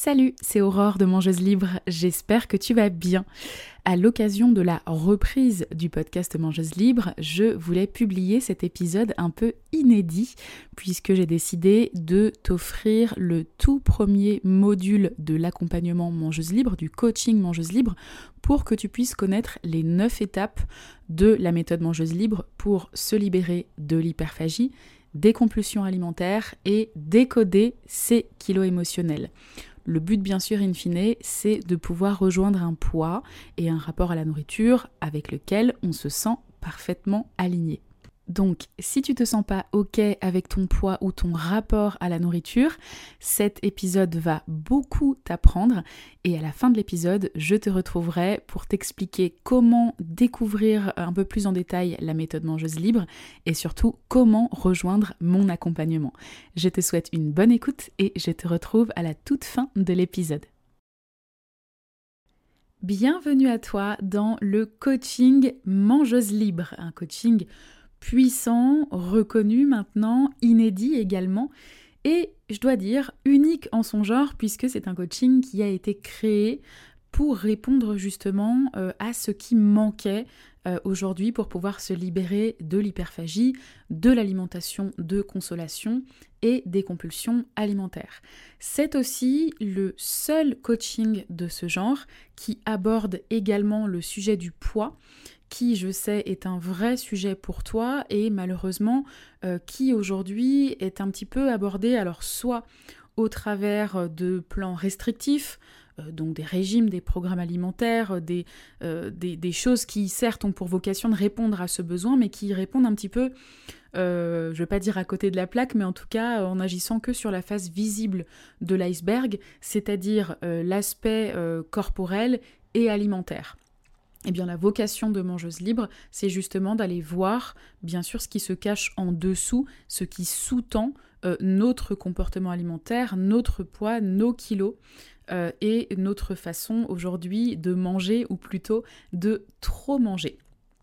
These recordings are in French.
Salut, c'est Aurore de Mangeuse Libre, j'espère que tu vas bien. À l'occasion de la reprise du podcast Mangeuse Libre, je voulais publier cet épisode un peu inédit puisque j'ai décidé de t'offrir le tout premier module de l'accompagnement Mangeuse Libre, du coaching Mangeuse Libre, pour que tu puisses connaître les 9 étapes de la méthode Mangeuse Libre pour se libérer de l'hyperphagie, des compulsions alimentaires et décoder ses kilos émotionnels. Le but, bien sûr, in fine, c'est de pouvoir rejoindre un poids et un rapport à la nourriture avec lequel on se sent parfaitement aligné. Donc, si tu te sens pas OK avec ton poids ou ton rapport à la nourriture, cet épisode va beaucoup t'apprendre et à la fin de l'épisode, je te retrouverai pour t'expliquer comment découvrir un peu plus en détail la méthode Mangeuse Libre et surtout comment rejoindre mon accompagnement. Je te souhaite une bonne écoute et je te retrouve à la toute fin de l'épisode. Bienvenue à toi dans le coaching Mangeuse Libre, un coaching puissant, reconnu maintenant, inédit également, et je dois dire unique en son genre puisque c'est un coaching qui a été créé pour répondre justement à ce qui manquait aujourd'hui pour pouvoir se libérer de l'hyperphagie, de l'alimentation de consolation et des compulsions alimentaires. C'est aussi le seul coaching de ce genre qui aborde également le sujet du poids, qui, je sais, est un vrai sujet pour toi et malheureusement qui aujourd'hui est un petit peu abordé, alors soit au travers de plans restrictifs, donc des régimes, des programmes alimentaires, des choses qui certes ont pour vocation de répondre à ce besoin, mais qui répondent un petit peu, je ne vais pas dire à côté de la plaque, mais en tout cas en agissant que sur la face visible de l'iceberg, c'est-à-dire l'aspect corporel et alimentaire. Eh bien, la vocation de Mangeuse Libre, c'est justement d'aller voir, bien sûr, ce qui se cache en dessous, ce qui sous-tend notre comportement alimentaire, notre poids, nos kilos et notre façon aujourd'hui de manger ou plutôt de trop manger.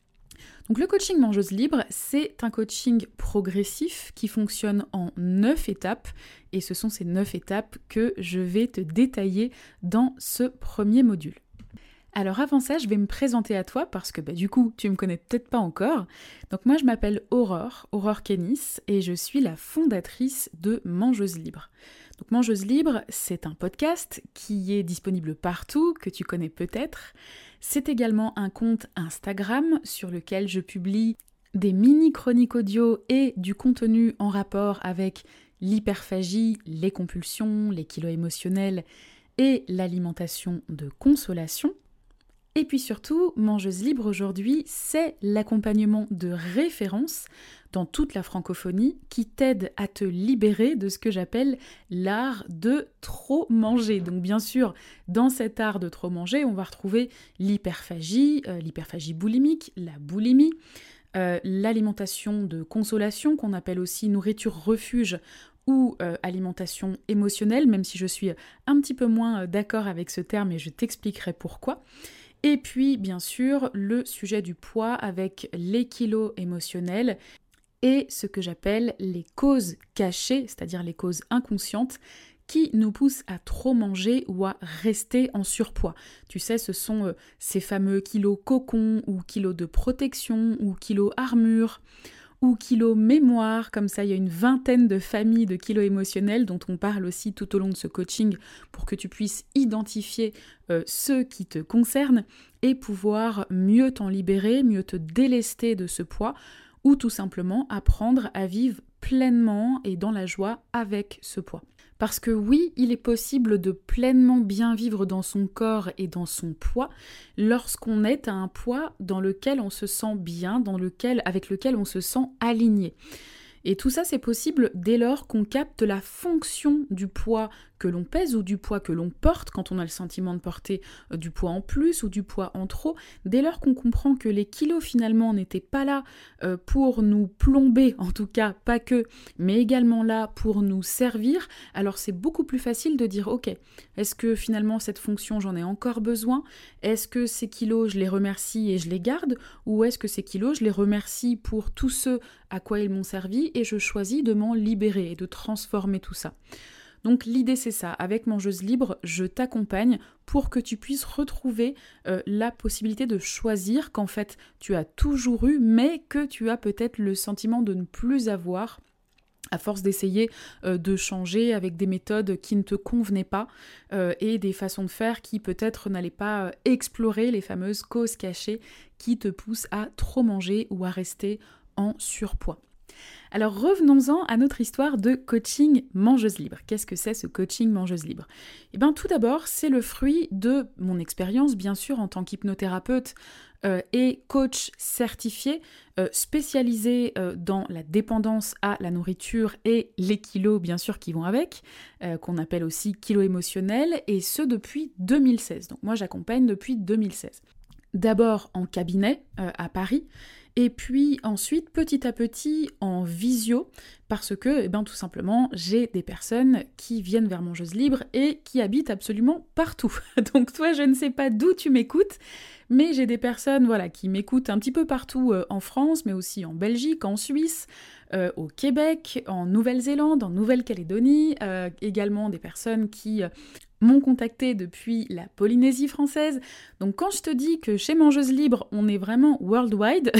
Donc le coaching Mangeuse Libre, c'est un coaching progressif qui fonctionne en 9 étapes et ce sont ces 9 étapes que je vais te détailler dans ce premier module. Alors avant ça, je vais me présenter à toi parce que du coup, tu me connais peut-être pas encore. Donc moi, je m'appelle Aurore Kenis et je suis la fondatrice de Mangeuse Libre. Donc Mangeuse Libre, c'est un podcast qui est disponible partout, que tu connais peut-être. C'est également un compte Instagram sur lequel je publie des mini-chroniques audio et du contenu en rapport avec l'hyperphagie, les compulsions, les kilos émotionnels et l'alimentation de consolation. Et puis surtout, Mangeuse Libre aujourd'hui, c'est l'accompagnement de référence dans toute la francophonie qui t'aide à te libérer de ce que j'appelle l'art de trop manger. Donc bien sûr, dans cet art de trop manger, on va retrouver l'hyperphagie boulimique, la boulimie, l'alimentation de consolation qu'on appelle aussi nourriture refuge ou alimentation émotionnelle, même si je suis un petit peu moins d'accord avec ce terme et je t'expliquerai pourquoi. Et puis, bien sûr, le sujet du poids avec les kilos émotionnels et ce que j'appelle les causes cachées, c'est-à-dire les causes inconscientes qui nous poussent à trop manger ou à rester en surpoids. Tu sais, ce sont ces fameux kilos cocon ou kilos de protection ou kilos armure ou kilos mémoire, comme ça il y a une vingtaine de familles de kilos émotionnels dont on parle aussi tout au long de ce coaching pour que tu puisses identifier ceux qui te concernent et pouvoir mieux t'en libérer, mieux te délester de ce poids ou tout simplement apprendre à vivre pleinement et dans la joie avec ce poids. Parce que oui, il est possible de pleinement bien vivre dans son corps et dans son poids lorsqu'on est à un poids dans lequel on se sent bien, avec lequel on se sent aligné. Et tout ça, c'est possible dès lors qu'on capte la fonction du poids que l'on pèse ou du poids que l'on porte quand on a le sentiment de porter du poids en plus ou du poids en trop. Dès lors qu'on comprend que les kilos finalement n'étaient pas là pour nous plomber, en tout cas pas que, mais également là pour nous servir, alors c'est beaucoup plus facile de dire ok, est-ce que finalement cette fonction j'en ai encore besoin? Est-ce que ces kilos je les remercie et je les garde? Ou est-ce que ces kilos je les remercie pour tous ceux à quoi ils m'ont servi et je choisis de m'en libérer et de transformer tout ça? Donc l'idée c'est ça, avec Mangeuse Libre, je t'accompagne pour que tu puisses retrouver la possibilité de choisir qu'en fait tu as toujours eu, mais que tu as peut-être le sentiment de ne plus avoir à force d'essayer de changer avec des méthodes qui ne te convenaient pas et des façons de faire qui peut-être n'allaient pas explorer les fameuses causes cachées qui te poussent à trop manger ou à rester en surpoids. Alors revenons-en à notre histoire de coaching mangeuse libre. Qu'est-ce que c'est ce coaching mangeuse libre ? Eh bien tout d'abord, c'est le fruit de mon expérience, bien sûr, en tant qu'hypnothérapeute et coach certifié, spécialisé dans la dépendance à la nourriture et les kilos, bien sûr, qui vont avec, qu'on appelle aussi kilos émotionnels, et ce depuis 2016. Donc moi, j'accompagne depuis 2016. D'abord en cabinet à Paris, et puis ensuite, petit à petit, en visio, parce que, tout simplement, j'ai des personnes qui viennent vers Mangeuse Libre et qui habitent absolument partout. Donc toi, je ne sais pas d'où tu m'écoutes, mais j'ai des personnes qui m'écoutent un petit peu partout en France, mais aussi en Belgique, en Suisse, au Québec, en Nouvelle-Zélande, en Nouvelle-Calédonie, également des personnes qui m'ont contacté depuis la Polynésie française. Donc quand je te dis que chez Mangeuse Libre, on est vraiment worldwide,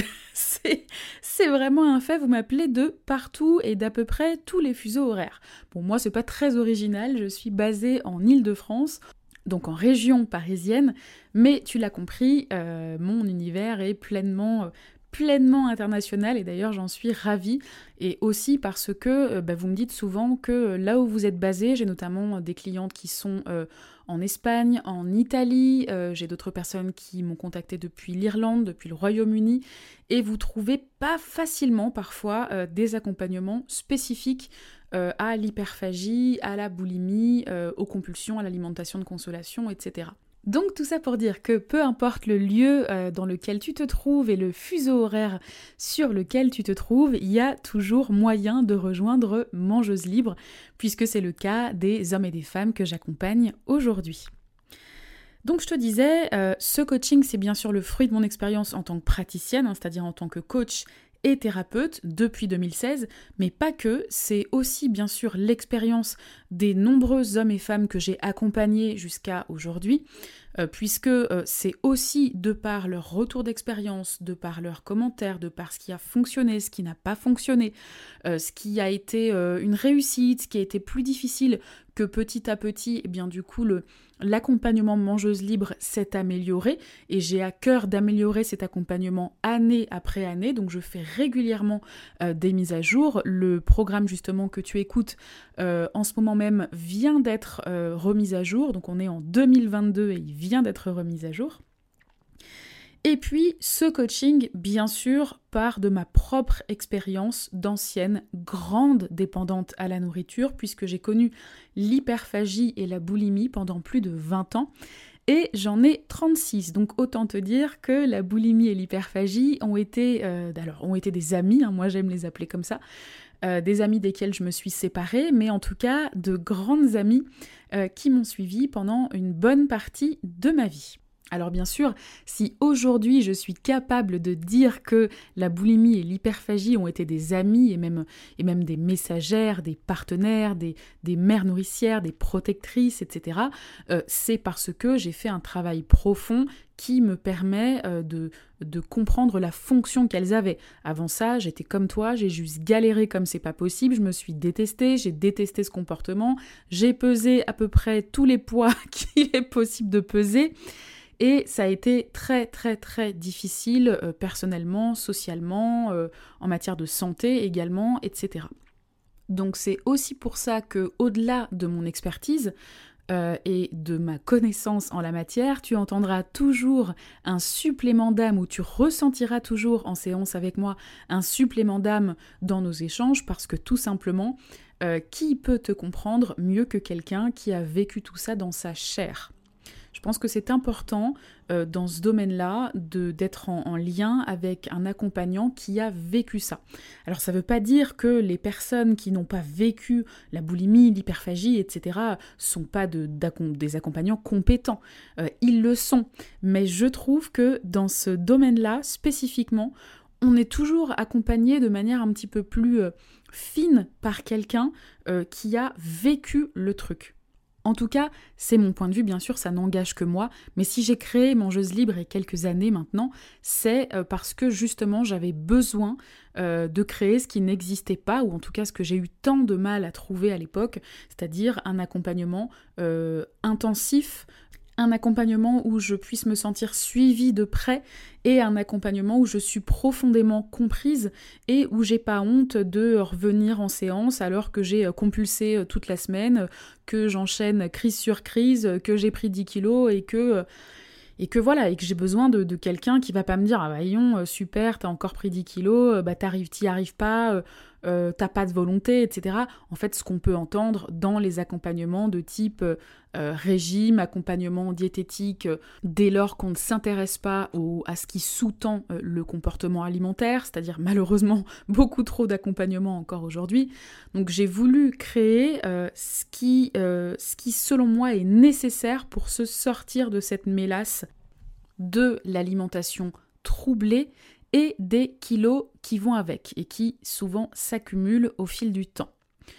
c'est vraiment un fait, vous m'appelez de partout et d'à peu près tous les fuseaux horaires. Bon, moi, c'est pas très original, je suis basée en Île-de-France, donc en région parisienne, mais tu l'as compris, mon univers est pleinement international et d'ailleurs j'en suis ravie et aussi parce que vous me dites souvent que là où vous êtes basé, j'ai notamment des clientes qui sont en Espagne, en Italie, j'ai d'autres personnes qui m'ont contacté depuis l'Irlande, depuis le Royaume-Uni et vous trouvez pas facilement parfois des accompagnements spécifiques à l'hyperphagie, à la boulimie, aux compulsions, à l'alimentation de consolation, etc. Donc tout ça pour dire que peu importe le lieu dans lequel tu te trouves et le fuseau horaire sur lequel tu te trouves, il y a toujours moyen de rejoindre Mangeuse Libre, puisque c'est le cas des hommes et des femmes que j'accompagne aujourd'hui. Donc je te disais, ce coaching c'est bien sûr le fruit de mon expérience en tant que praticienne, c'est-à-dire en tant que coach et thérapeute depuis 2016, mais pas que, c'est aussi bien sûr l'expérience des nombreux hommes et femmes que j'ai accompagnés jusqu'à aujourd'hui, puisque c'est aussi de par leur retour d'expérience, de par leurs commentaires, de par ce qui a fonctionné, ce qui n'a pas fonctionné, ce qui a été une réussite, ce qui a été plus difficile, que petit à petit, l'accompagnement Mangeuse Libre s'est amélioré et j'ai à cœur d'améliorer cet accompagnement année après année, donc je fais régulièrement des mises à jour. Le programme justement que tu écoutes en ce moment même vient d'être remis à jour, donc on est en 2022 et il vient d'être remis à jour. Et puis, ce coaching, bien sûr, part de ma propre expérience d'ancienne grande dépendante à la nourriture, puisque j'ai connu l'hyperphagie et la boulimie pendant plus de 20 ans, et j'en ai 36. Donc autant te dire que la boulimie et l'hyperphagie ont été des amis, moi j'aime les appeler comme ça, des amis desquels je me suis séparée, mais en tout cas de grandes amies qui m'ont suivie pendant une bonne partie de ma vie. Alors bien sûr, si aujourd'hui je suis capable de dire que la boulimie et l'hyperphagie ont été des amis et même des messagères, des partenaires, des mères nourricières, des protectrices, etc., c'est parce que j'ai fait un travail profond qui me permet de comprendre la fonction qu'elles avaient. Avant ça, j'étais comme toi, j'ai juste galéré comme c'est pas possible, je me suis détestée, j'ai détesté ce comportement, j'ai pesé à peu près tous les poids qu'il est possible de peser. Et ça a été très très très difficile personnellement, socialement, en matière de santé également, etc. Donc c'est aussi pour ça que, au-delà de mon expertise et de ma connaissance en la matière, tu entendras toujours un supplément d'âme ou tu ressentiras toujours en séance avec moi un supplément d'âme dans nos échanges parce que tout simplement, qui peut te comprendre mieux que quelqu'un qui a vécu tout ça dans sa chair ? Je pense que c'est important dans ce domaine-là d'être en lien avec un accompagnant qui a vécu ça. Alors ça ne veut pas dire que les personnes qui n'ont pas vécu la boulimie, l'hyperphagie, etc. sont pas des accompagnants compétents. Ils le sont. Mais je trouve que dans ce domaine-là, spécifiquement, on est toujours accompagné de manière un petit peu plus fine par quelqu'un qui a vécu le truc. En tout cas, c'est mon point de vue, bien sûr, ça n'engage que moi, mais si j'ai créé Mangeuse Libre il y a quelques années maintenant, c'est parce que justement j'avais besoin de créer ce qui n'existait pas, ou en tout cas ce que j'ai eu tant de mal à trouver à l'époque, c'est-à-dire un accompagnement intensif, un accompagnement où je puisse me sentir suivie de près et un accompagnement où je suis profondément comprise et où j'ai pas honte de revenir en séance alors que j'ai compulsé toute la semaine, que j'enchaîne crise sur crise, que j'ai pris 10 kilos et que voilà, et que j'ai besoin de quelqu'un qui va pas me dire « Ah bah Yon, super, t'as encore pris 10 kilos, bah t'y arrives pas, t'as pas de volonté, etc. » En fait, ce qu'on peut entendre dans les accompagnements de type régime, accompagnement diététique, dès lors qu'on ne s'intéresse pas à ce qui sous-tend le comportement alimentaire, c'est-à-dire malheureusement beaucoup trop d'accompagnement encore aujourd'hui. Donc j'ai voulu créer ce qui selon moi est nécessaire pour se sortir de cette mélasse de l'alimentation troublée et des kilos qui vont avec et qui souvent s'accumulent au fil du temps.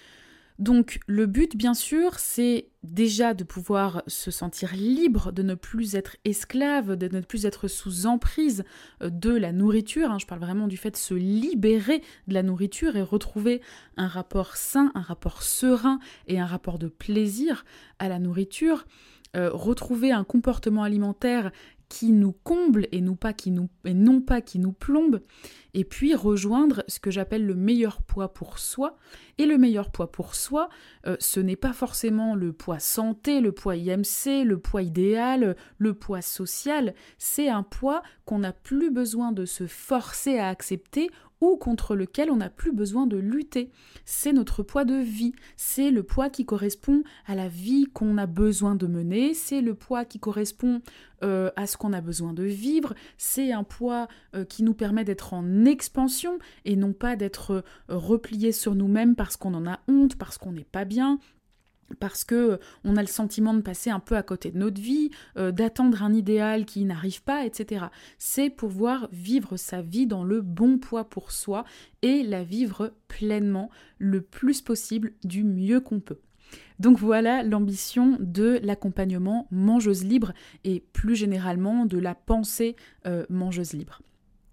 Donc le but bien sûr c'est déjà de pouvoir se sentir libre, de ne plus être esclave, de ne plus être sous emprise de la nourriture. Je parle vraiment du fait de se libérer de la nourriture et retrouver un rapport sain, un rapport serein et un rapport de plaisir à la nourriture. Retrouver un comportement alimentaire qui nous comble et non pas qui nous plombe, et puis rejoindre ce que j'appelle le meilleur poids pour soi. Et le meilleur poids pour soi, ce n'est pas forcément le poids santé, le poids IMC, le poids idéal, le poids social, c'est un poids qu'on n'a plus besoin de se forcer à accepter ou contre lequel on n'a plus besoin de lutter. C'est notre poids de vie, c'est le poids qui correspond à la vie qu'on a besoin de mener, c'est le poids qui correspond à ce qu'on a besoin de vivre, c'est un poids qui nous permet d'être en expansion et non pas d'être replié sur nous-mêmes parce qu'on en a honte, parce qu'on n'est pas bien, parce que on a le sentiment de passer un peu à côté de notre vie, d'attendre un idéal qui n'arrive pas, etc. C'est pouvoir vivre sa vie dans le bon poids pour soi et la vivre pleinement, le plus possible, du mieux qu'on peut. Donc voilà l'ambition de l'accompagnement Mangeuse Libre et plus généralement de la pensée Mangeuse Libre.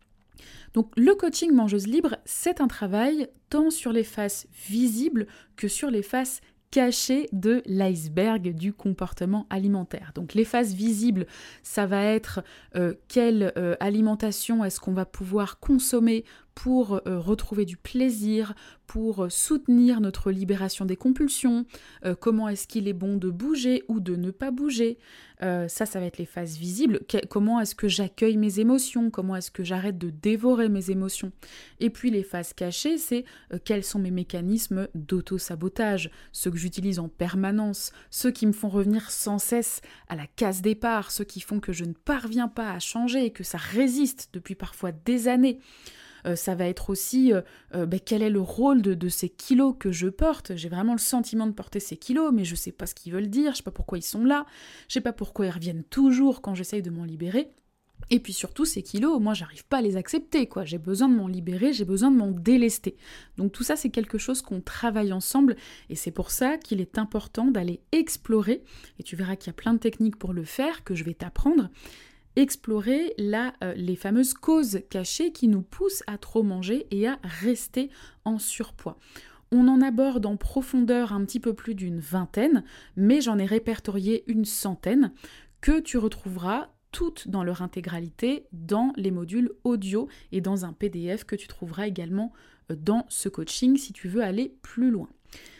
Donc le coaching Mangeuse Libre, c'est un travail tant sur les faces visibles que sur les faces cachées de l'iceberg du comportement alimentaire. Donc les faces visibles, ça va être quelle alimentation est-ce qu'on va pouvoir consommer pour retrouver du plaisir, pour soutenir notre libération des compulsions, comment est-ce qu'il est bon de bouger ou de ne pas bouger. Ça va être les phases visibles. Comment est-ce que j'accueille mes émotions, comment est-ce que j'arrête de dévorer mes émotions. Et puis les phases cachées, c'est quels sont mes mécanismes d'auto-sabotage, ceux que j'utilise en permanence, ceux qui me font revenir sans cesse à la case départ, ceux qui font que je ne parviens pas à changer et que ça résiste depuis parfois des années. Ça va être aussi quel est le rôle de ces kilos que je porte. J'ai vraiment le sentiment de porter ces kilos, mais je sais pas ce qu'ils veulent dire, je sais pas pourquoi ils sont là, je sais pas pourquoi ils reviennent toujours quand j'essaye de m'en libérer. Et puis surtout, ces kilos, moi, j'arrive pas à les accepter, quoi. J'ai besoin de m'en libérer, j'ai besoin de m'en délester. Donc tout ça, c'est quelque chose qu'on travaille ensemble, et c'est pour ça qu'il est important d'aller explorer, et tu verras qu'il y a plein de techniques pour le faire, que je vais t'apprendre, explorer les fameuses causes cachées qui nous poussent à trop manger et à rester en surpoids. On en aborde en profondeur un petit peu plus d'une vingtaine, mais j'en ai répertorié une centaine que tu retrouveras toutes dans leur intégralité dans les modules audio et dans un PDF que tu trouveras également dans ce coaching si tu veux aller plus loin.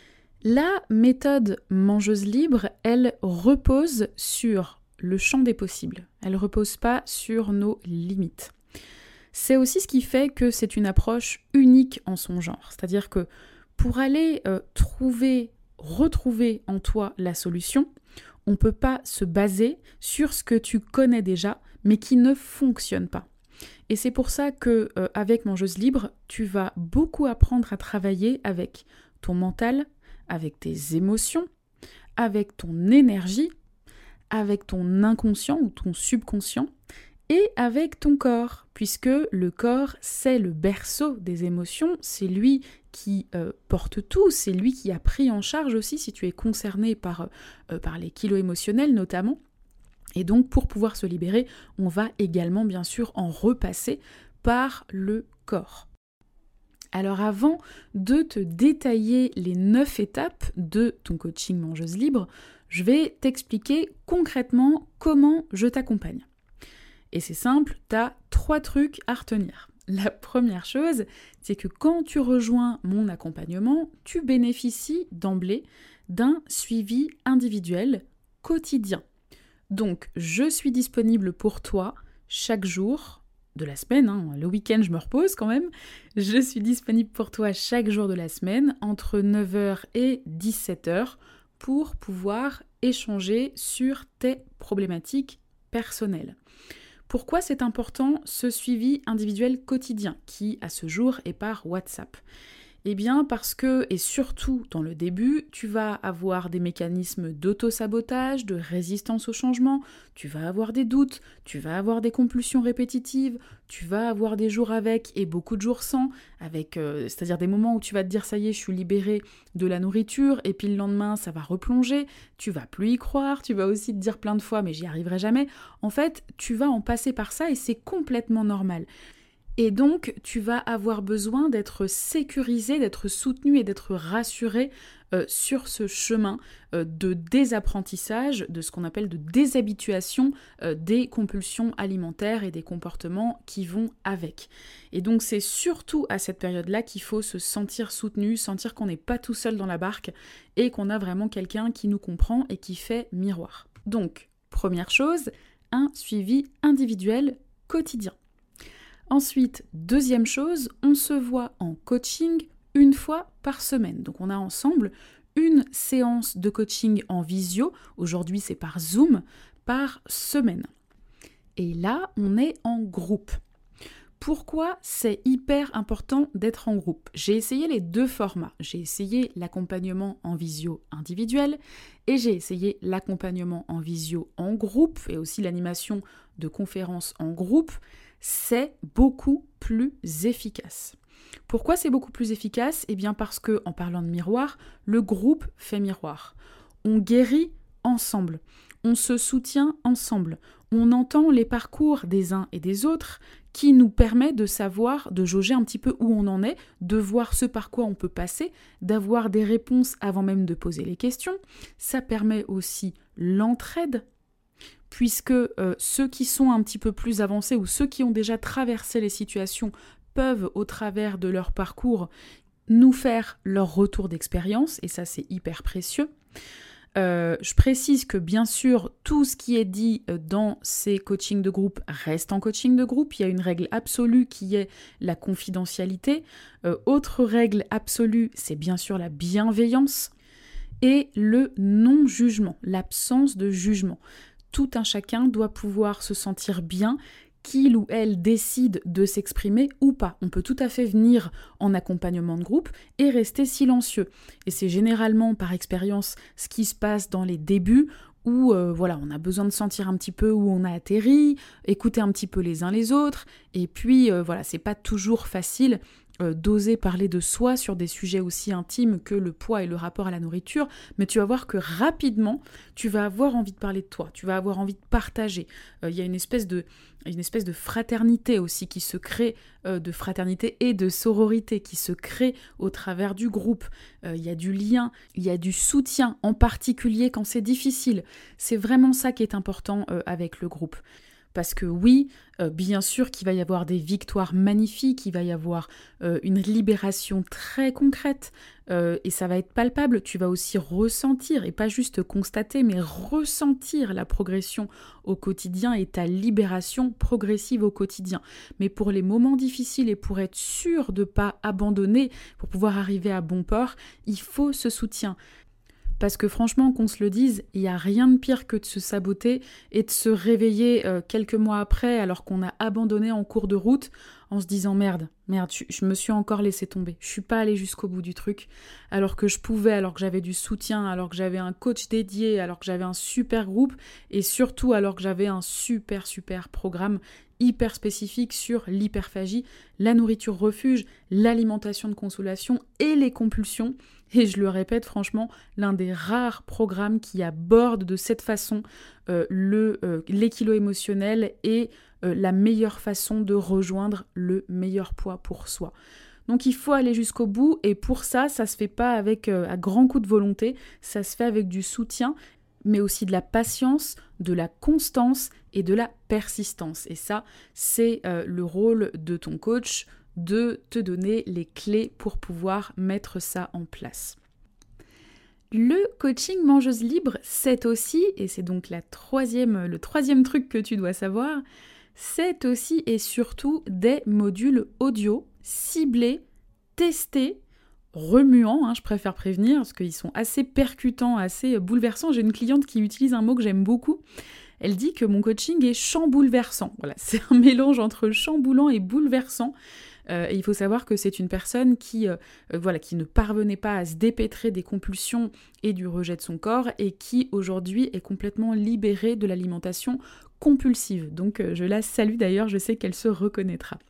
La méthode Mangeuse Libre, elle repose sur le champ des possibles. Elle ne repose pas sur nos limites. C'est aussi ce qui fait que c'est une approche unique en son genre. C'est-à-dire que pour aller retrouver en toi la solution, on ne peut pas se baser sur ce que tu connais déjà, mais qui ne fonctionne pas. Et c'est pour ça que avec Mangeuse Libre, tu vas beaucoup apprendre à travailler avec ton mental, avec tes émotions, avec ton énergie, avec ton inconscient ou ton subconscient et avec ton corps, puisque le corps, c'est le berceau des émotions, c'est lui qui porte tout, c'est lui qui a pris en charge aussi si tu es concerné par les kilos émotionnels notamment. Et donc pour pouvoir se libérer, on va également bien sûr en repasser par le corps. Alors avant de te détailler les 9 étapes de ton coaching mangeuse libre, je vais t'expliquer concrètement comment je t'accompagne. Et c'est simple, tu as 3 trucs à retenir. La première chose, c'est que quand tu rejoins mon accompagnement, tu bénéficies d'emblée d'un suivi individuel quotidien. Donc, je suis disponible pour toi chaque jour de la semaine, le week-end je me repose quand même, je suis disponible pour toi chaque jour de la semaine entre 9h et 17h pour pouvoir échanger sur tes problématiques personnelles. Pourquoi c'est important ce suivi individuel quotidien qui, à ce jour, est par WhatsApp ? Eh bien parce que, et surtout dans le début, tu vas avoir des mécanismes d'auto-sabotage, de résistance au changement, tu vas avoir des doutes, tu vas avoir des compulsions répétitives, tu vas avoir des jours avec et beaucoup de jours sans, c'est-à-dire des moments où tu vas te dire ça y est, je suis libérée de la nourriture, et puis le lendemain ça va replonger, tu vas plus y croire, tu vas aussi te dire plein de fois mais j'y arriverai jamais. En fait, tu vas en passer par ça et c'est complètement normal. Et donc, tu vas avoir besoin d'être sécurisé, d'être soutenu et d'être rassuré sur ce chemin de désapprentissage, de ce qu'on appelle de déshabituation des compulsions alimentaires et des comportements qui vont avec. Et donc, c'est surtout à cette période-là qu'il faut se sentir soutenu, sentir qu'on n'est pas tout seul dans la barque et qu'on a vraiment quelqu'un qui nous comprend et qui fait miroir. Donc, première chose, un suivi individuel quotidien. Ensuite, deuxième chose, on se voit en coaching une fois par semaine. Donc on a ensemble une séance de coaching en visio, aujourd'hui c'est par Zoom, par semaine. Et là, on est en groupe. Pourquoi c'est hyper important d'être en groupe ? J'ai essayé les 2 formats. J'ai essayé l'accompagnement en visio individuel et j'ai essayé l'accompagnement en visio en groupe et aussi l'animation de conférences en groupe. C'est beaucoup plus efficace. Pourquoi c'est beaucoup plus efficace ? Eh bien parce que, en parlant de miroir, le groupe fait miroir. On guérit ensemble, on se soutient ensemble, on entend les parcours des uns et des autres qui nous permet de savoir, de jauger un petit peu où on en est, de voir ce par quoi on peut passer, d'avoir des réponses avant même de poser les questions. Ça permet aussi l'entraide, puisque ceux qui sont un petit peu plus avancés ou ceux qui ont déjà traversé les situations peuvent, au travers de leur parcours, nous faire leur retour d'expérience, et ça c'est hyper précieux. Je précise que bien sûr, tout ce qui est dit dans ces coachings de groupe reste en coaching de groupe. Il y a une règle absolue qui est la confidentialité. Autre règle absolue, c'est bien sûr la bienveillance et le non-jugement, l'absence de jugement. Tout un chacun doit pouvoir se sentir bien, qu'il ou elle décide de s'exprimer ou pas. On peut tout à fait venir en accompagnement de groupe et rester silencieux. Et c'est généralement par expérience ce qui se passe dans les débuts où on a besoin de sentir un petit peu où on a atterri, écouter un petit peu les uns les autres. Et puis c'est pas toujours facile d'oser parler de soi sur des sujets aussi intimes que le poids et le rapport à la nourriture, mais tu vas voir que rapidement, tu vas avoir envie de parler de toi, tu vas avoir envie de partager. Il y a une espèce de fraternité aussi qui se crée, de fraternité et de sororité qui se crée au travers du groupe. Il y a du lien, il y a du soutien, en particulier quand c'est difficile. C'est vraiment ça qui est important avec le groupe. Parce que oui, bien sûr qu'il va y avoir des victoires magnifiques, il va y avoir une libération très concrète et ça va être palpable. Tu vas aussi ressentir, et pas juste constater, mais ressentir la progression au quotidien et ta libération progressive au quotidien. Mais pour les moments difficiles et pour être sûr de ne pas abandonner, pour pouvoir arriver à bon port, il faut ce soutien. Parce que franchement, qu'on se le dise, il n'y a rien de pire que de se saboter et de se réveiller quelques mois après alors qu'on a abandonné en cours de route en se disant merde, je me suis encore laissé tomber. Je suis pas allée jusqu'au bout du truc alors que je pouvais, alors que j'avais du soutien, alors que j'avais un coach dédié, alors que j'avais un super groupe et surtout alors que j'avais un super programme hyper spécifique sur l'hyperphagie, la nourriture refuge, l'alimentation de consolation et les compulsions. Et je le répète franchement, l'un des rares programmes qui aborde de cette façon l'équilibre émotionnel et la meilleure façon de rejoindre le meilleur poids pour soi. Donc il faut aller jusqu'au bout et pour ça, ça se fait pas avec à grands coups de volonté, ça se fait avec du soutien, mais aussi de la patience, de la constance et de la persistance. Et ça, c'est le rôle de ton coach, de te donner les clés pour pouvoir mettre ça en place. Le coaching mangeuse libre, c'est aussi, et c'est donc le troisième truc que tu dois savoir, c'est aussi et surtout des modules audio ciblés, testés, remuants, je préfère prévenir, parce qu'ils sont assez percutants, assez bouleversants. J'ai une cliente qui utilise un mot que j'aime beaucoup. Elle dit que mon coaching est chambouleversant. Voilà, c'est un mélange entre chamboulant et bouleversant. Et il faut savoir que c'est une personne qui ne parvenait pas à se dépêtrer des compulsions et du rejet de son corps et qui aujourd'hui est complètement libérée de l'alimentation compulsive. Donc je la salue d'ailleurs, je sais qu'elle se reconnaîtra.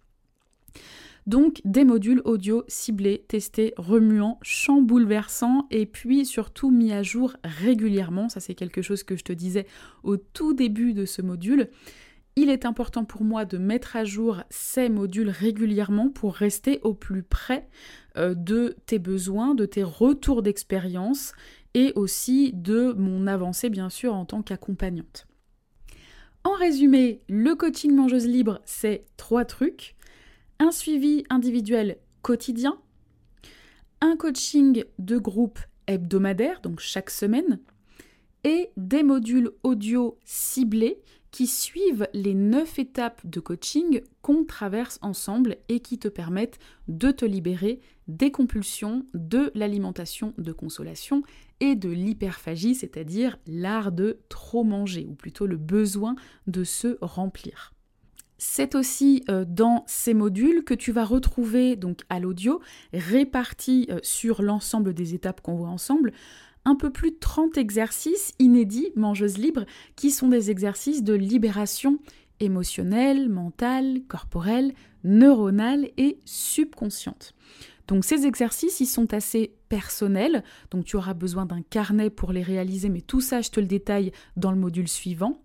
Donc des modules audio ciblés, testés, remuants, chambouleversants et puis surtout mis à jour régulièrement. Ça c'est quelque chose que je te disais au tout début de ce module. Il est important pour moi de mettre à jour ces modules régulièrement pour rester au plus près de tes besoins, de tes retours d'expérience et aussi de mon avancée bien sûr en tant qu'accompagnante. En résumé, le coaching mangeuse libre, c'est 3 trucs. Un suivi individuel quotidien, un coaching de groupe hebdomadaire, donc chaque semaine, et des modules audio ciblés qui suivent les 9 étapes de coaching qu'on traverse ensemble et qui te permettent de te libérer des compulsions, de l'alimentation de consolation et de l'hyperphagie, c'est-à-dire l'art de trop manger, ou plutôt le besoin de se remplir. C'est aussi dans ces modules que tu vas retrouver donc à l'audio, répartis sur l'ensemble des étapes qu'on voit ensemble, un peu plus de 30 exercices inédits, mangeuses libres, qui sont des exercices de libération émotionnelle, mentale, corporelle, neuronale et subconsciente. Donc ces exercices, ils sont assez personnels, donc tu auras besoin d'un carnet pour les réaliser, mais tout ça, je te le détaille dans les modules suivants.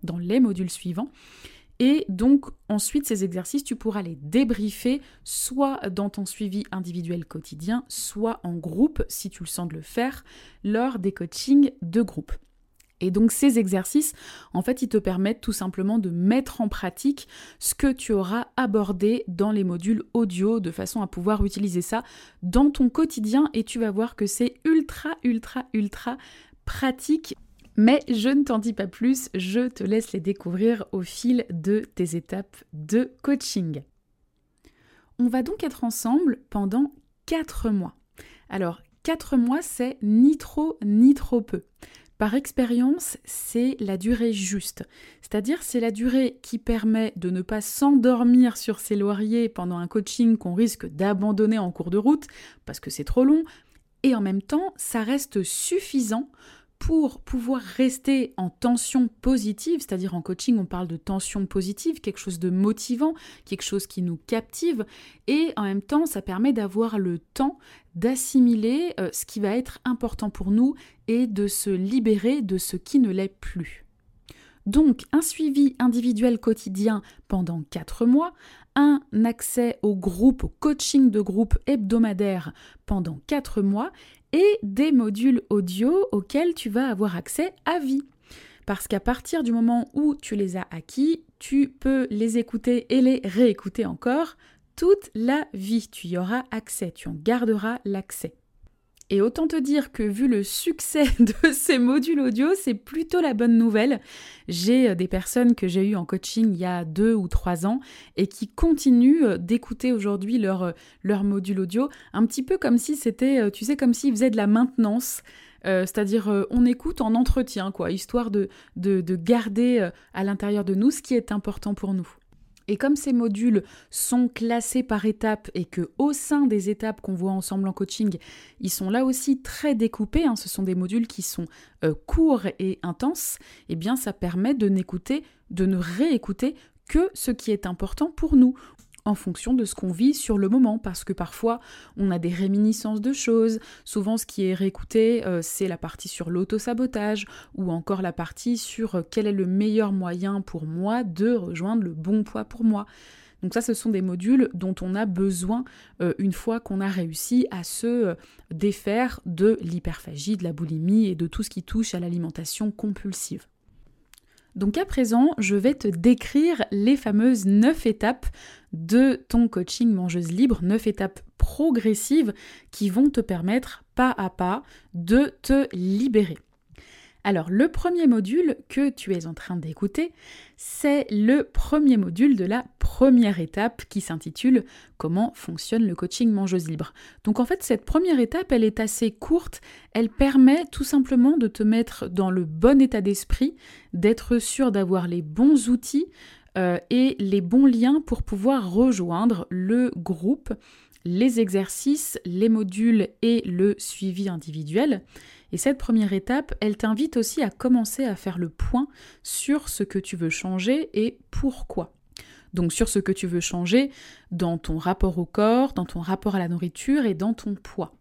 Et donc ensuite, ces exercices, tu pourras les débriefer soit dans ton suivi individuel quotidien, soit en groupe, si tu le sens de le faire, lors des coachings de groupe. Et donc ces exercices, en fait, ils te permettent tout simplement de mettre en pratique ce que tu auras abordé dans les modules audio, de façon à pouvoir utiliser ça dans ton quotidien, et tu vas voir que c'est ultra pratique. Mais je ne t'en dis pas plus, je te laisse les découvrir au fil de tes étapes de coaching. On va donc être ensemble pendant 4 mois. Alors, 4 mois, c'est ni trop ni trop peu. Par expérience, c'est la durée juste. C'est-à-dire, c'est la durée qui permet de ne pas s'endormir sur ses lauriers pendant un coaching qu'on risque d'abandonner en cours de route, parce que c'est trop long. Et en même temps, ça reste suffisant pour pouvoir rester en tension positive, c'est-à-dire en coaching, on parle de tension positive, quelque chose de motivant, quelque chose qui nous captive, et en même temps, ça permet d'avoir le temps d'assimiler ce qui va être important pour nous et de se libérer de ce qui ne l'est plus. Donc, un suivi individuel quotidien pendant 4 mois, un accès au coaching de groupe hebdomadaire pendant 4 mois, et des modules audio auxquels tu vas avoir accès à vie. Parce qu'à partir du moment où tu les as acquis, tu peux les écouter et les réécouter encore toute la vie. Tu y auras accès, tu en garderas l'accès. Et autant te dire que vu le succès de ces modules audio, c'est plutôt la bonne nouvelle. J'ai des personnes que j'ai eues en coaching il y a 2 ou 3 ans et qui continuent d'écouter aujourd'hui leur module audio, un petit peu comme si c'était, tu sais, comme s'ils faisaient de la maintenance c'est-à-dire on écoute en entretien, quoi, histoire de garder à l'intérieur de nous ce qui est important pour nous. Et comme ces modules sont classés par étapes et que au sein des étapes qu'on voit ensemble en coaching, ils sont là aussi très découpés, ce sont des modules qui sont courts et intenses, eh bien ça permet de ne réécouter que ce qui est important pour nous, en fonction de ce qu'on vit sur le moment, parce que parfois on a des réminiscences de choses. Souvent ce qui est réécouté, c'est la partie sur l'auto-sabotage, ou encore la partie sur quel est le meilleur moyen pour moi de rejoindre le bon poids pour moi. Donc ça, ce sont des modules dont on a besoin une fois qu'on a réussi à se défaire de l'hyperphagie, de la boulimie et de tout ce qui touche à l'alimentation compulsive. Donc à présent, je vais te décrire les fameuses 9 étapes de ton coaching mangeuse libre, 9 étapes progressives qui vont te permettre pas à pas de te libérer. Alors le premier module que tu es en train d'écouter, c'est le premier module de la première étape qui s'intitule « Comment fonctionne le coaching mangeuse libre ». Donc en fait cette première étape, elle est assez courte, elle permet tout simplement de te mettre dans le bon état d'esprit, d'être sûr d'avoir les bons outils et les bons liens pour pouvoir rejoindre le groupe, les exercices, les modules et le suivi individuel. Et cette première étape, elle t'invite aussi à commencer à faire le point sur ce que tu veux changer et pourquoi. Donc sur ce que tu veux changer dans ton rapport au corps, dans ton rapport à la nourriture et dans ton poids.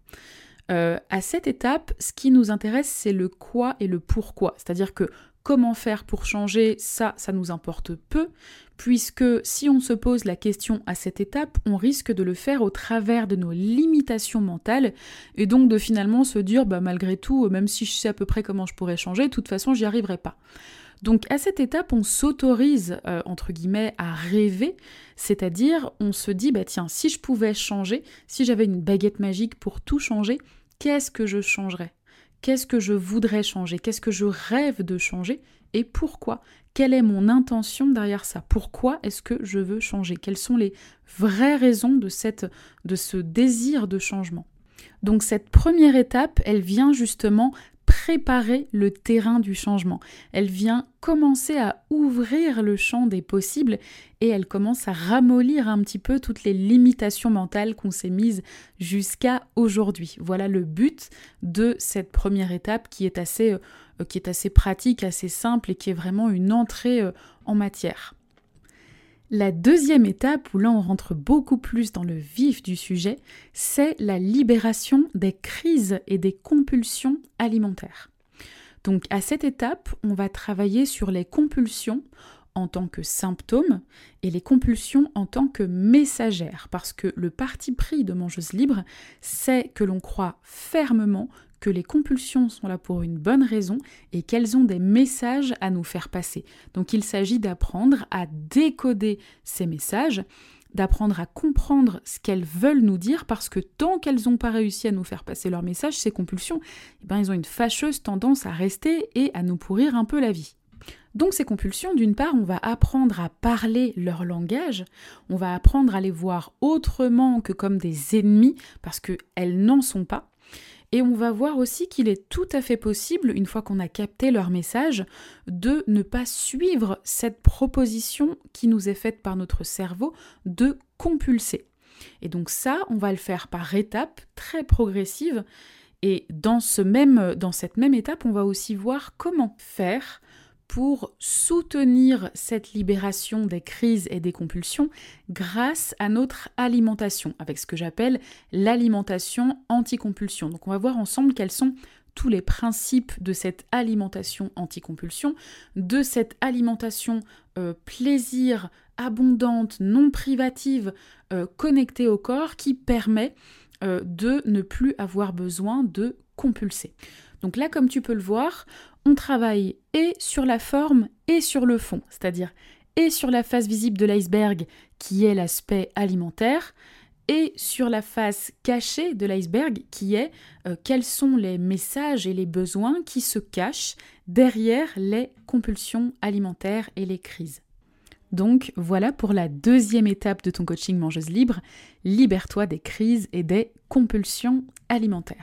À cette étape, ce qui nous intéresse, c'est le quoi et le pourquoi. C'est-à-dire que comment faire pour changer, ça nous importe peu, puisque si on se pose la question à cette étape, on risque de le faire au travers de nos limitations mentales, et donc de finalement se dire, malgré tout, même si je sais à peu près comment je pourrais changer, de toute façon, j'y arriverai pas. Donc à cette étape, on s'autorise, entre guillemets, à rêver, c'est-à-dire on se dit, tiens, si je pouvais changer, si j'avais une baguette magique pour tout changer, qu'est-ce que je changerais ? Qu'est-ce que je voudrais changer ? Qu'est-ce que je rêve de changer ? Et pourquoi ? Quelle est mon intention derrière ça ? Pourquoi est-ce que je veux changer ? Quelles sont les vraies raisons de ce désir de changement ? Donc cette première étape, elle vient justement préparer le terrain du changement. Elle vient commencer à ouvrir le champ des possibles et elle commence à ramollir un petit peu toutes les limitations mentales qu'on s'est mises jusqu'à aujourd'hui. Voilà le but de cette première étape qui est assez pratique, assez simple et qui est vraiment une entrée en matière. La deuxième étape, où là on rentre beaucoup plus dans le vif du sujet, c'est la libération des crises et des compulsions alimentaires. Donc à cette étape, on va travailler sur les compulsions en tant que symptômes et les compulsions en tant que messagères, parce que le parti pris de Mangeuse Libre, c'est que l'on croit fermement que les compulsions sont là pour une bonne raison et qu'elles ont des messages à nous faire passer. Donc il s'agit d'apprendre à décoder ces messages, d'apprendre à comprendre ce qu'elles veulent nous dire, parce que tant qu'elles n'ont pas réussi à nous faire passer leur message, ces compulsions, ils ont une fâcheuse tendance à rester et à nous pourrir un peu la vie. Donc ces compulsions, d'une part, on va apprendre à parler leur langage, on va apprendre à les voir autrement que comme des ennemis, parce qu'elles n'en sont pas. Et on va voir aussi qu'il est tout à fait possible, une fois qu'on a capté leur message, de ne pas suivre cette proposition qui nous est faite par notre cerveau de compulser. Et donc ça, on va le faire par étapes très progressives. Et dans cette même étape, on va aussi voir comment faire pour soutenir cette libération des crises et des compulsions grâce à notre alimentation, avec ce que j'appelle l'alimentation anti-compulsion. Donc on va voir ensemble quels sont tous les principes de cette alimentation anti-compulsion, de cette alimentation plaisir, abondante, non privative, connectée au corps, qui permet de ne plus avoir besoin de compulser. Donc là, comme tu peux le voir, on travaille et sur la forme et sur le fond, c'est-à-dire et sur la face visible de l'iceberg qui est l'aspect alimentaire, et sur la face cachée de l'iceberg qui est quels sont les messages et les besoins qui se cachent derrière les compulsions alimentaires et les crises. Donc voilà pour la deuxième étape de ton coaching Mangeuse Libre, libère-toi des crises et des compulsions alimentaires.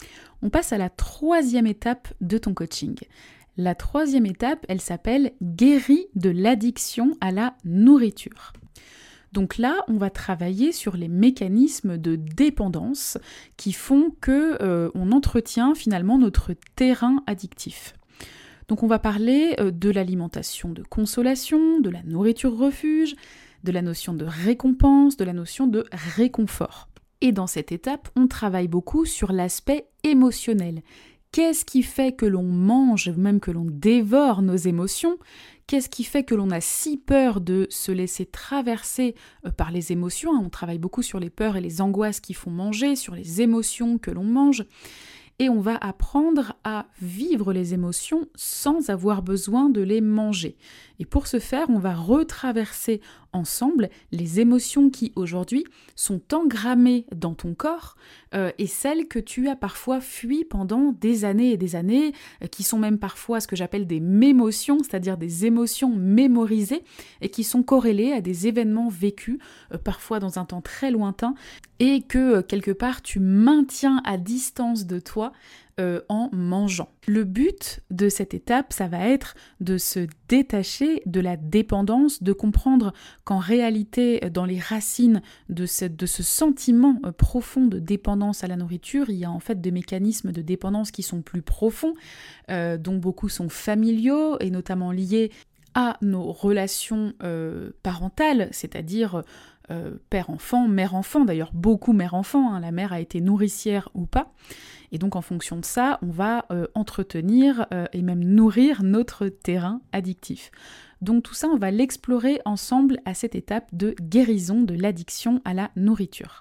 On passe à la troisième étape de ton coaching. La troisième étape, elle s'appelle « Guéris de l'addiction à la nourriture ». Donc là, on va travailler sur les mécanismes de dépendance qui font qu'on entretient finalement notre terrain addictif. Donc on va parler de l'alimentation de consolation, de la nourriture refuge, de la notion de récompense, de la notion de réconfort. Et dans cette étape, on travaille beaucoup sur l'aspect émotionnel. Qu'est-ce qui fait que l'on mange, même que l'on dévore nos émotions ? Qu'est-ce qui fait que l'on a si peur de se laisser traverser par les émotions ? On travaille beaucoup sur les peurs et les angoisses qui font manger, sur les émotions que l'on mange. Et on va apprendre à vivre les émotions sans avoir besoin de les manger. Et pour ce faire, on va retraverser ensemble les émotions qui aujourd'hui sont engrammées dans ton corps et celles que tu as parfois fuies pendant des années et des années, qui sont même parfois ce que j'appelle des mémotions, c'est-à-dire des émotions mémorisées et qui sont corrélées à des événements vécus, parfois dans un temps très lointain, et que quelque part tu maintiens à distance de toi en mangeant. Le but de cette étape, ça va être de se détacher de la dépendance, de comprendre qu'en réalité, dans les racines de ce sentiment profond de dépendance à la nourriture, il y a en fait des mécanismes de dépendance qui sont plus profonds, dont beaucoup sont familiaux et notamment liés à nos relations parentales, c'est-à-dire père-enfant, mère-enfant, d'ailleurs beaucoup mère-enfant, la mère a été nourricière ou pas, et donc en fonction de ça, on va entretenir et même nourrir notre terrain addictif. Donc tout ça, on va l'explorer ensemble à cette étape de guérison de l'addiction à la nourriture.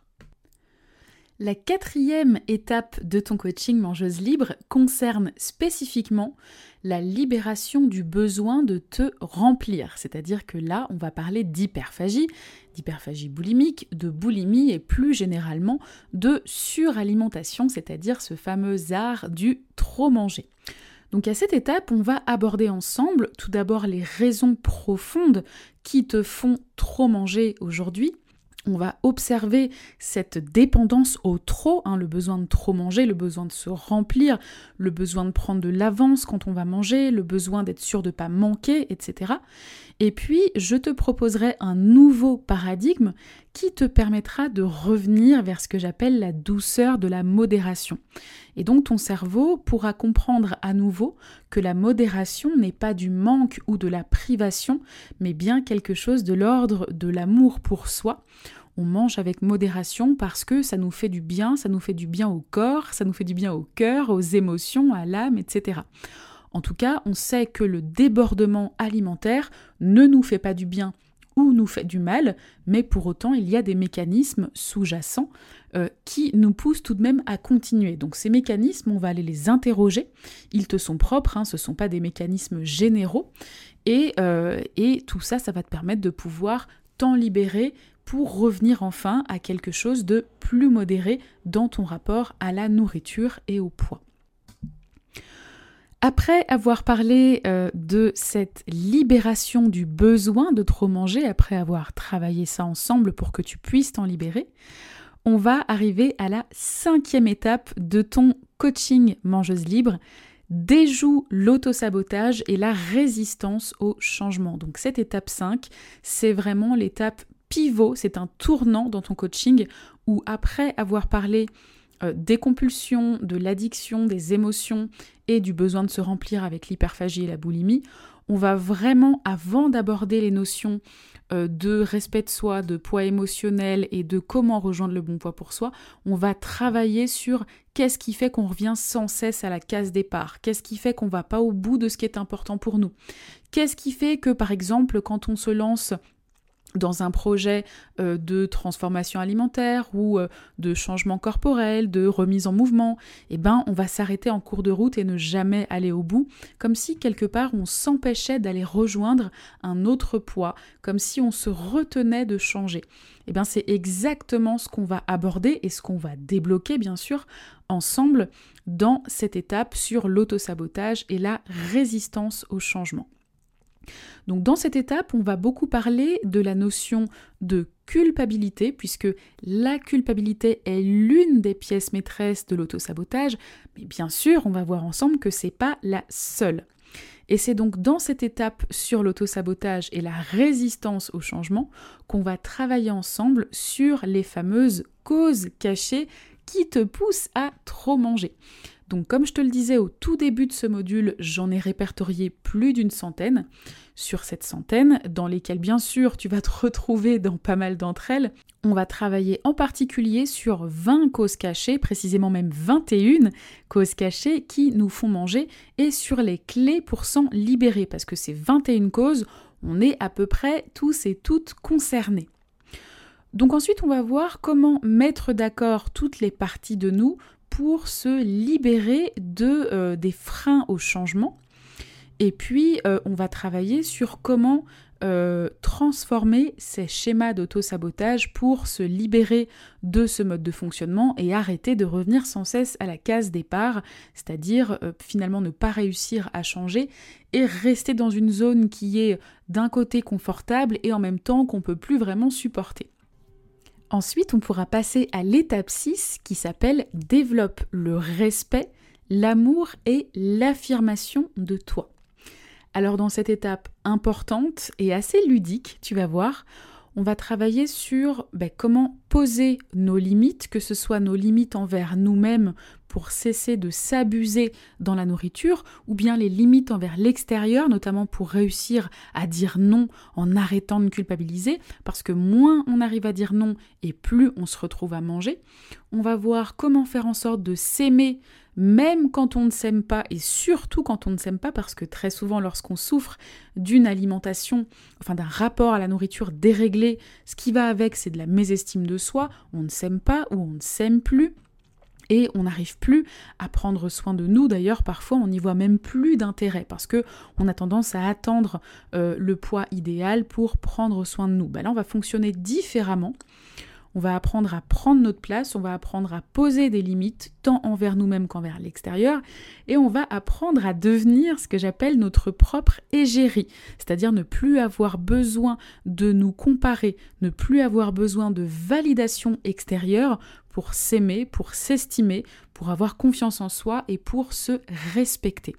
La quatrième étape de ton coaching mangeuse libre concerne spécifiquement la libération du besoin de te remplir. C'est-à-dire que là, on va parler d'hyperphagie boulimique, de boulimie et plus généralement de suralimentation, c'est-à-dire ce fameux art du trop manger. Donc à cette étape, on va aborder ensemble tout d'abord les raisons profondes qui te font trop manger aujourd'hui. On va observer cette dépendance au trop, le besoin de trop manger, le besoin de se remplir, le besoin de prendre de l'avance quand on va manger, le besoin d'être sûr de ne pas manquer, etc. Et puis, je te proposerai un nouveau paradigme qui te permettra de revenir vers ce que j'appelle la douceur de la modération. Et donc, ton cerveau pourra comprendre à nouveau que la modération n'est pas du manque ou de la privation, mais bien quelque chose de l'ordre de l'amour pour soi. On mange avec modération parce que ça nous fait du bien au corps, ça nous fait du bien au cœur, aux émotions, à l'âme, etc. En tout cas, on sait que le débordement alimentaire ne nous fait pas du bien ou nous fait du mal, mais pour autant, il y a des mécanismes sous-jacents qui nous poussent tout de même à continuer. Donc ces mécanismes, on va aller les interroger. Ils te sont propres, ce ne sont pas des mécanismes généraux. Et tout ça, ça va te permettre de pouvoir t'en libérer pour revenir enfin à quelque chose de plus modéré dans ton rapport à la nourriture et au poids. Après avoir parlé de cette libération du besoin de trop manger, après avoir travaillé ça ensemble pour que tu puisses t'en libérer, on va arriver à la 5e étape de ton coaching mangeuse libre. Déjoue l'autosabotage et la résistance au changement. Donc cette étape 5, c'est vraiment l'étape pivot, c'est un tournant dans ton coaching où après avoir parlé des compulsions, de l'addiction, des émotions et du besoin de se remplir avec l'hyperphagie et la boulimie, on va vraiment, avant d'aborder les notions de respect de soi, de poids émotionnel et de comment rejoindre le bon poids pour soi, on va travailler sur qu'est-ce qui fait qu'on revient sans cesse à la case départ, qu'est-ce qui fait qu'on ne va pas au bout de ce qui est important pour nous, qu'est-ce qui fait que par exemple quand on se lance dans un projet de transformation alimentaire ou de changement corporel, de remise en mouvement, on va s'arrêter en cours de route et ne jamais aller au bout, comme si quelque part on s'empêchait d'aller rejoindre un autre poids, comme si on se retenait de changer. C'est exactement ce qu'on va aborder et ce qu'on va débloquer bien sûr ensemble dans cette étape sur l'autosabotage et la résistance au changement. Donc dans cette étape, on va beaucoup parler de la notion de culpabilité, puisque la culpabilité est l'une des pièces maîtresses de l'auto-sabotage, mais bien sûr, on va voir ensemble que c'est pas la seule. Et c'est donc dans cette étape sur l'auto-sabotage et la résistance au changement qu'on va travailler ensemble sur les fameuses causes cachées qui te poussent à trop manger. Donc comme je te le disais au tout début de ce module, j'en ai répertorié plus d'une centaine. Sur cette centaine, dans lesquelles bien sûr tu vas te retrouver dans pas mal d'entre elles, on va travailler en particulier sur 20 causes cachées, précisément même 21 causes cachées qui nous font manger et sur les clés pour s'en libérer, parce que ces 21 causes, on est à peu près tous et toutes concernés. Donc ensuite, on va voir comment mettre d'accord toutes les parties de nous pour se libérer des freins au changement. Et puis, on va travailler sur comment transformer ces schémas d'auto-sabotage pour se libérer de ce mode de fonctionnement et arrêter de revenir sans cesse à la case départ, c'est-à-dire finalement ne pas réussir à changer et rester dans une zone qui est d'un côté confortable et en même temps qu'on ne peut plus vraiment supporter. Ensuite, on pourra passer à l'étape 6 qui s'appelle « Développe le respect, l'amour et l'affirmation de toi ». Alors dans cette étape importante et assez ludique, tu vas voir, on va travailler sur comment poser nos limites, que ce soit nos limites envers nous-mêmes pour cesser de s'abuser dans la nourriture, ou bien les limites envers l'extérieur, notamment pour réussir à dire non en arrêtant de culpabiliser, parce que moins on arrive à dire non et plus on se retrouve à manger. On va voir comment faire en sorte de s'aimer même quand on ne s'aime pas, et surtout quand on ne s'aime pas, parce que très souvent lorsqu'on souffre d'une alimentation, enfin d'un rapport à la nourriture déréglé, ce qui va avec c'est de la mésestime de soi, on ne s'aime pas ou on ne s'aime plus. Et on n'arrive plus à prendre soin de nous. D'ailleurs, parfois, on n'y voit même plus d'intérêt parce qu'on a tendance à attendre le poids idéal pour prendre soin de nous. Là, on va fonctionner différemment. On va apprendre à prendre notre place, on va apprendre à poser des limites, tant envers nous-mêmes qu'envers l'extérieur, et on va apprendre à devenir ce que j'appelle notre propre égérie, c'est-à-dire ne plus avoir besoin de nous comparer, ne plus avoir besoin de validation extérieure pour s'aimer, pour s'estimer, pour avoir confiance en soi et pour se respecter.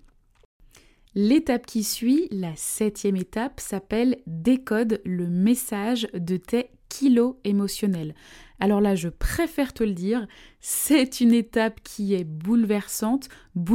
L'étape qui suit, la 7e étape, s'appelle « Décode le message de tes kilos émotionnels ». Alors là, je préfère te le dire, c'est une étape qui est bouleversante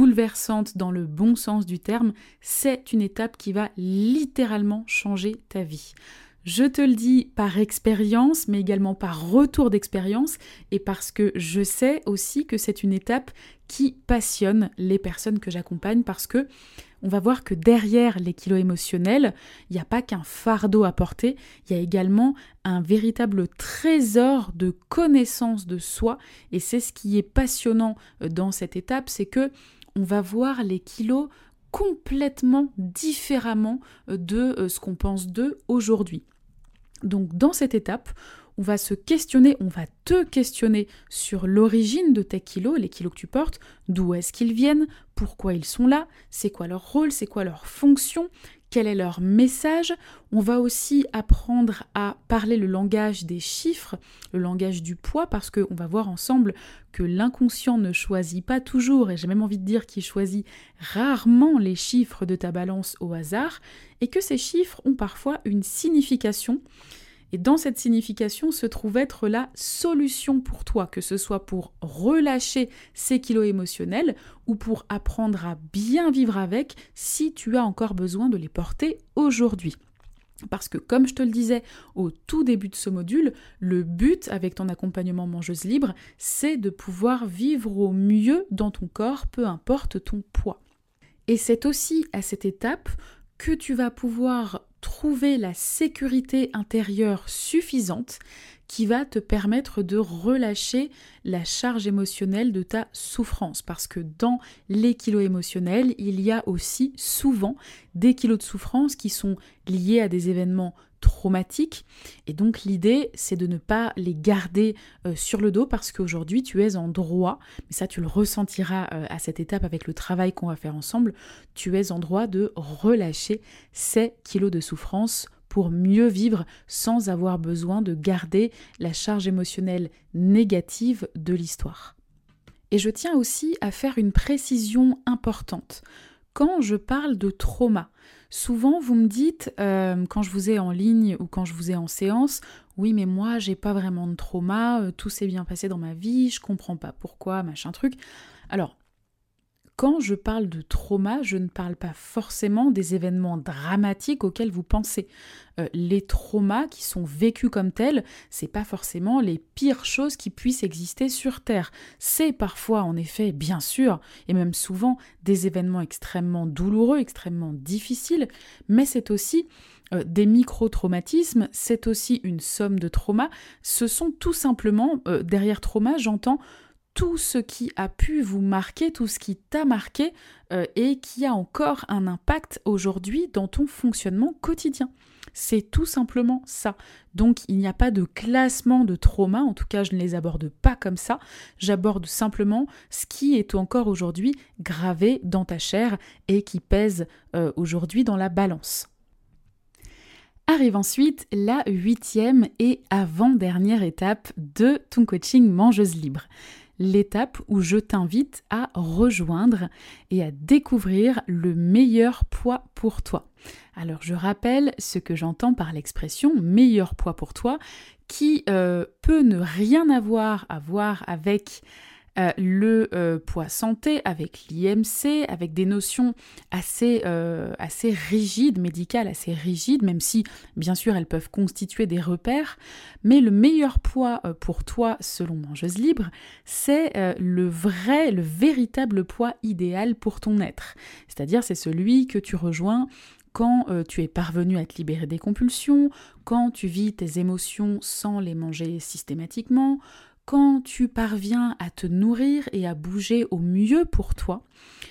dans le bon sens du terme. C'est une étape qui va littéralement changer ta vie. Je te le dis par expérience, mais également par retour d'expérience, et parce que je sais aussi que c'est une étape qui passionne les personnes que j'accompagne, parce que on va voir que derrière les kilos émotionnels, il n'y a pas qu'un fardeau à porter, il y a également un véritable trésor de connaissance de soi, et c'est ce qui est passionnant dans cette étape, c'est que on va voir les kilos complètement différemment de ce qu'on pense d'eux aujourd'hui. Donc dans cette étape, on va se questionner, on va te questionner sur l'origine de tes kilos, les kilos que tu portes, d'où est-ce qu'ils viennent, pourquoi ils sont là, c'est quoi leur rôle, c'est quoi leur fonction, quel est leur message. On va aussi apprendre à parler le langage des chiffres, le langage du poids, parce qu'on va voir ensemble que l'inconscient ne choisit pas toujours, et j'ai même envie de dire qu'il choisit rarement les chiffres de ta balance au hasard, et que ces chiffres ont parfois une signification. Et dans cette signification se trouve être la solution pour toi, que ce soit pour relâcher ces kilos émotionnels ou pour apprendre à bien vivre avec si tu as encore besoin de les porter aujourd'hui. Parce que comme je te le disais au tout début de ce module, le but avec ton accompagnement mangeuse libre, c'est de pouvoir vivre au mieux dans ton corps, peu importe ton poids. Et c'est aussi à cette étape que tu vas pouvoir trouver la sécurité intérieure suffisante qui va te permettre de relâcher la charge émotionnelle de ta souffrance. Parce que dans les kilos émotionnels, il y a aussi souvent des kilos de souffrance qui sont liés à des événements traumatiques. Et donc l'idée, c'est de ne pas les garder sur le dos parce qu'aujourd'hui, tu es en droit, mais ça tu le ressentiras à cette étape avec le travail qu'on va faire ensemble, tu es en droit de relâcher ces kilos de souffrance pour mieux vivre sans avoir besoin de garder la charge émotionnelle négative de l'histoire. Et je tiens aussi à faire une précision importante. Quand je parle de trauma, souvent vous me dites, quand je vous ai en ligne ou quand je vous ai en séance, oui mais moi j'ai pas vraiment de trauma, tout s'est bien passé dans ma vie, je comprends pas pourquoi, machin truc. Alors, quand je parle de trauma, je ne parle pas forcément des événements dramatiques auxquels vous pensez. Les traumas qui sont vécus comme tels, c'est pas forcément les pires choses qui puissent exister sur Terre. C'est parfois, en effet, bien sûr, et même souvent, des événements extrêmement douloureux, extrêmement difficiles, mais c'est aussi des micro-traumatismes, c'est aussi une somme de traumas. Ce sont tout simplement, derrière trauma, j'entends tout ce qui a pu vous marquer, tout ce qui t'a marqué et qui a encore un impact aujourd'hui dans ton fonctionnement quotidien. C'est tout simplement ça. Donc il n'y a pas de classement de trauma, en tout cas je ne les aborde pas comme ça, j'aborde simplement ce qui est encore aujourd'hui gravé dans ta chair et qui pèse aujourd'hui dans la balance. Arrive ensuite la 8e et avant-dernière étape de ton coaching Mangeuse Libre. L'étape où je t'invite à rejoindre et à découvrir le meilleur poids pour toi. Alors je rappelle ce que j'entends par l'expression meilleur poids pour toi qui peut ne rien avoir à voir avec le poids santé, avec l'IMC, avec des notions assez rigides, médicales assez rigides, même si bien sûr elles peuvent constituer des repères, mais le meilleur poids pour toi selon Mangeuse Libre, c'est le véritable poids idéal pour ton être. C'est-à-dire c'est celui que tu rejoins quand tu es parvenu à te libérer des compulsions, quand tu vis tes émotions sans les manger systématiquement, quand tu parviens à te nourrir et à bouger au mieux pour toi,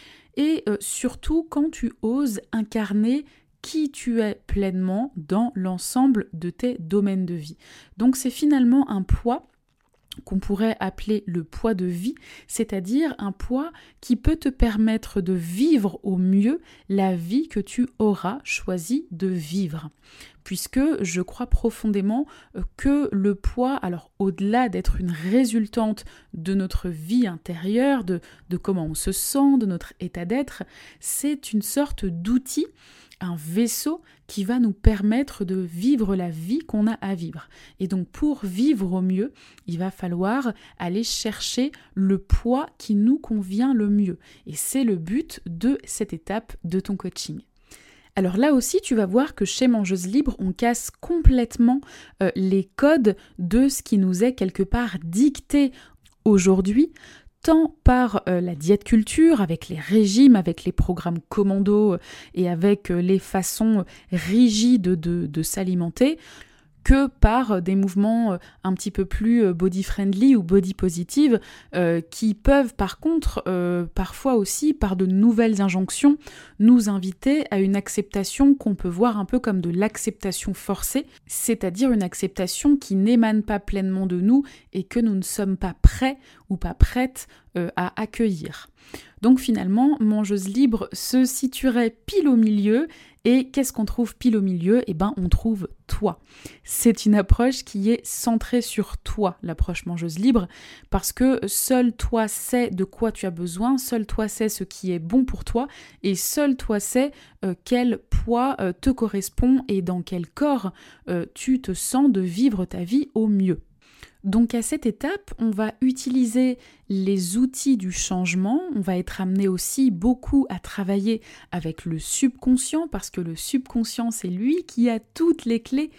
et surtout quand tu oses incarner qui tu es pleinement dans l'ensemble de tes domaines de vie. Donc c'est finalement un poids qu'on pourrait appeler le poids de vie, c'est-à-dire un poids qui peut te permettre de vivre au mieux la vie que tu auras choisi de vivre. Puisque je crois profondément que le poids, alors au-delà d'être une résultante de notre vie intérieure, de comment on se sent, de notre état d'être, c'est une sorte d'outil, un vaisseau qui va nous permettre de vivre la vie qu'on a à vivre. Et donc pour vivre au mieux, il va falloir aller chercher le poids qui nous convient le mieux. Et c'est le but de cette étape de ton coaching. Alors là aussi, tu vas voir que chez Mangeuse Libre, on casse complètement les codes de ce qui nous est quelque part dicté aujourd'hui, tant par la diète culture, avec les régimes, avec les programmes commando et avec les façons rigides de s'alimenter, que par des mouvements un petit peu plus body-friendly ou body-positive qui peuvent par contre parfois aussi par de nouvelles injonctions nous inviter à une acceptation qu'on peut voir un peu comme de l'acceptation forcée, c'est-à-dire une acceptation qui n'émane pas pleinement de nous et que nous ne sommes pas prêts ou pas prêtes à accueillir. Donc finalement, Mangeuse Libre se situerait pile au milieu. Et qu'est-ce qu'on trouve pile au milieu ? Eh bien, on trouve toi. C'est une approche qui est centrée sur toi, l'approche Mangeuse Libre, parce que seul toi sais de quoi tu as besoin, seul toi sais ce qui est bon pour toi, et seul toi sais quel poids te correspond et dans quel corps tu te sens de vivre ta vie au mieux. Donc à cette étape, on va utiliser les outils du changement, on va être amené aussi beaucoup à travailler avec le subconscient parce que le subconscient c'est lui qui a toutes les clés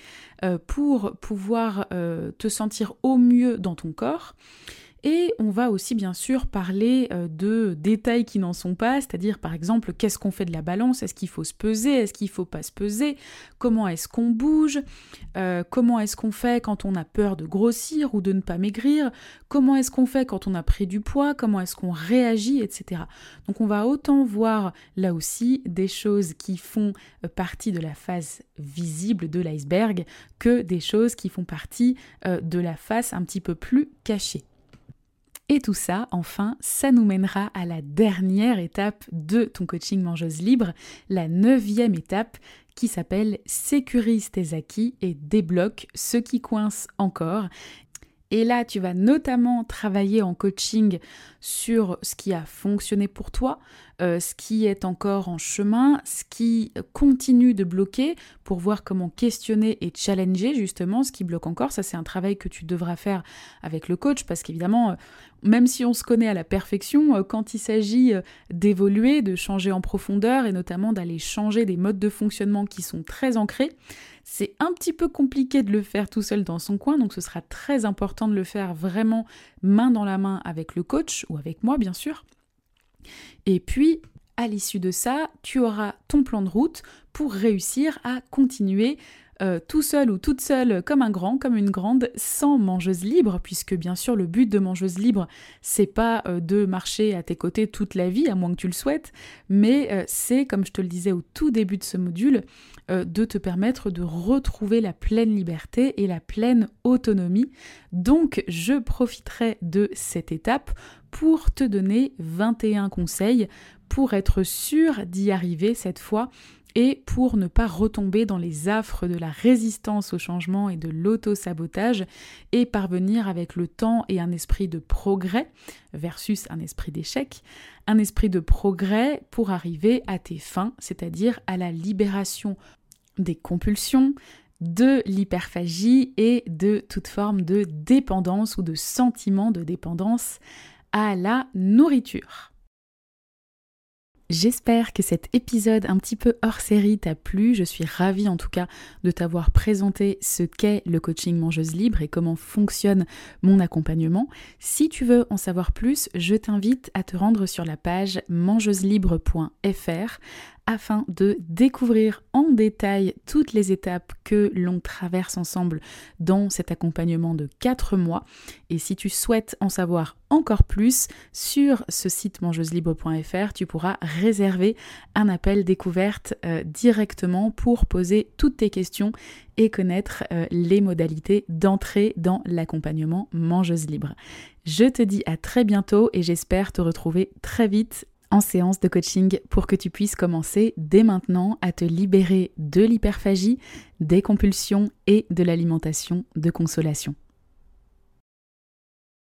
pour pouvoir te sentir au mieux dans ton corps. Et on va aussi bien sûr parler de détails qui n'en sont pas, c'est-à-dire par exemple qu'est-ce qu'on fait de la balance, est-ce qu'il faut se peser, est-ce qu'il ne faut pas se peser, comment est-ce qu'on bouge, comment est-ce qu'on fait quand on a peur de grossir ou de ne pas maigrir, comment est-ce qu'on fait quand on a pris du poids, comment est-ce qu'on réagit, etc. Donc on va autant voir là aussi des choses qui font partie de la face visible de l'iceberg que des choses qui font partie de la face un petit peu plus cachée. Et tout ça, enfin, ça nous mènera à la dernière étape de ton coaching mangeuse libre, la 9e étape qui s'appelle « Sécurise tes acquis et débloque ce qui coince encore ». Et là, tu vas notamment travailler en coaching sur ce qui a fonctionné pour toi, ce qui est encore en chemin, ce qui continue de bloquer pour voir comment questionner et challenger justement ce qui bloque encore. Ça, c'est un travail que tu devras faire avec le coach parce qu'évidemment, même si on se connaît à la perfection, quand il s'agit d'évoluer, de changer en profondeur et notamment d'aller changer des modes de fonctionnement qui sont très ancrés, c'est un petit peu compliqué de le faire tout seul dans son coin, donc ce sera très important de le faire vraiment main dans la main avec le coach ou avec moi bien sûr. Et puis, à l'issue de ça, tu auras ton plan de route pour réussir à continuer tout seul ou toute seule comme un grand, comme une grande, sans mangeuse libre, puisque bien sûr le but de mangeuse libre, c'est pas de marcher à tes côtés toute la vie, à moins que tu le souhaites, mais c'est, comme je te le disais au tout début de ce module, de te permettre de retrouver la pleine liberté et la pleine autonomie. Donc je profiterai de cette étape pour te donner 21 conseils pour être sûr d'y arriver cette fois et pour ne pas retomber dans les affres de la résistance au changement et de l'auto-sabotage et parvenir avec le temps et un esprit de progrès versus un esprit d'échec, un esprit de progrès pour arriver à tes fins, c'est-à-dire à la libération des compulsions, de l'hyperphagie et de toute forme de dépendance ou de sentiment de dépendance à la nourriture. J'espère que cet épisode un petit peu hors série t'a plu. Je suis ravie en tout cas de t'avoir présenté ce qu'est le coaching mangeuse libre et comment fonctionne mon accompagnement. Si tu veux en savoir plus, je t'invite à te rendre sur la page mangeuselibre.fr afin de découvrir en détail toutes les étapes que l'on traverse ensemble dans cet accompagnement de 4 mois. Et si tu souhaites en savoir encore plus, sur ce site mangeuselibre.fr, tu pourras réserver un appel découverte directement pour poser toutes tes questions et connaître les modalités d'entrée dans l'accompagnement mangeuse libre. Je te dis à très bientôt et j'espère te retrouver très vite en séance de coaching pour que tu puisses commencer dès maintenant à te libérer de l'hyperphagie, des compulsions et de l'alimentation de consolation.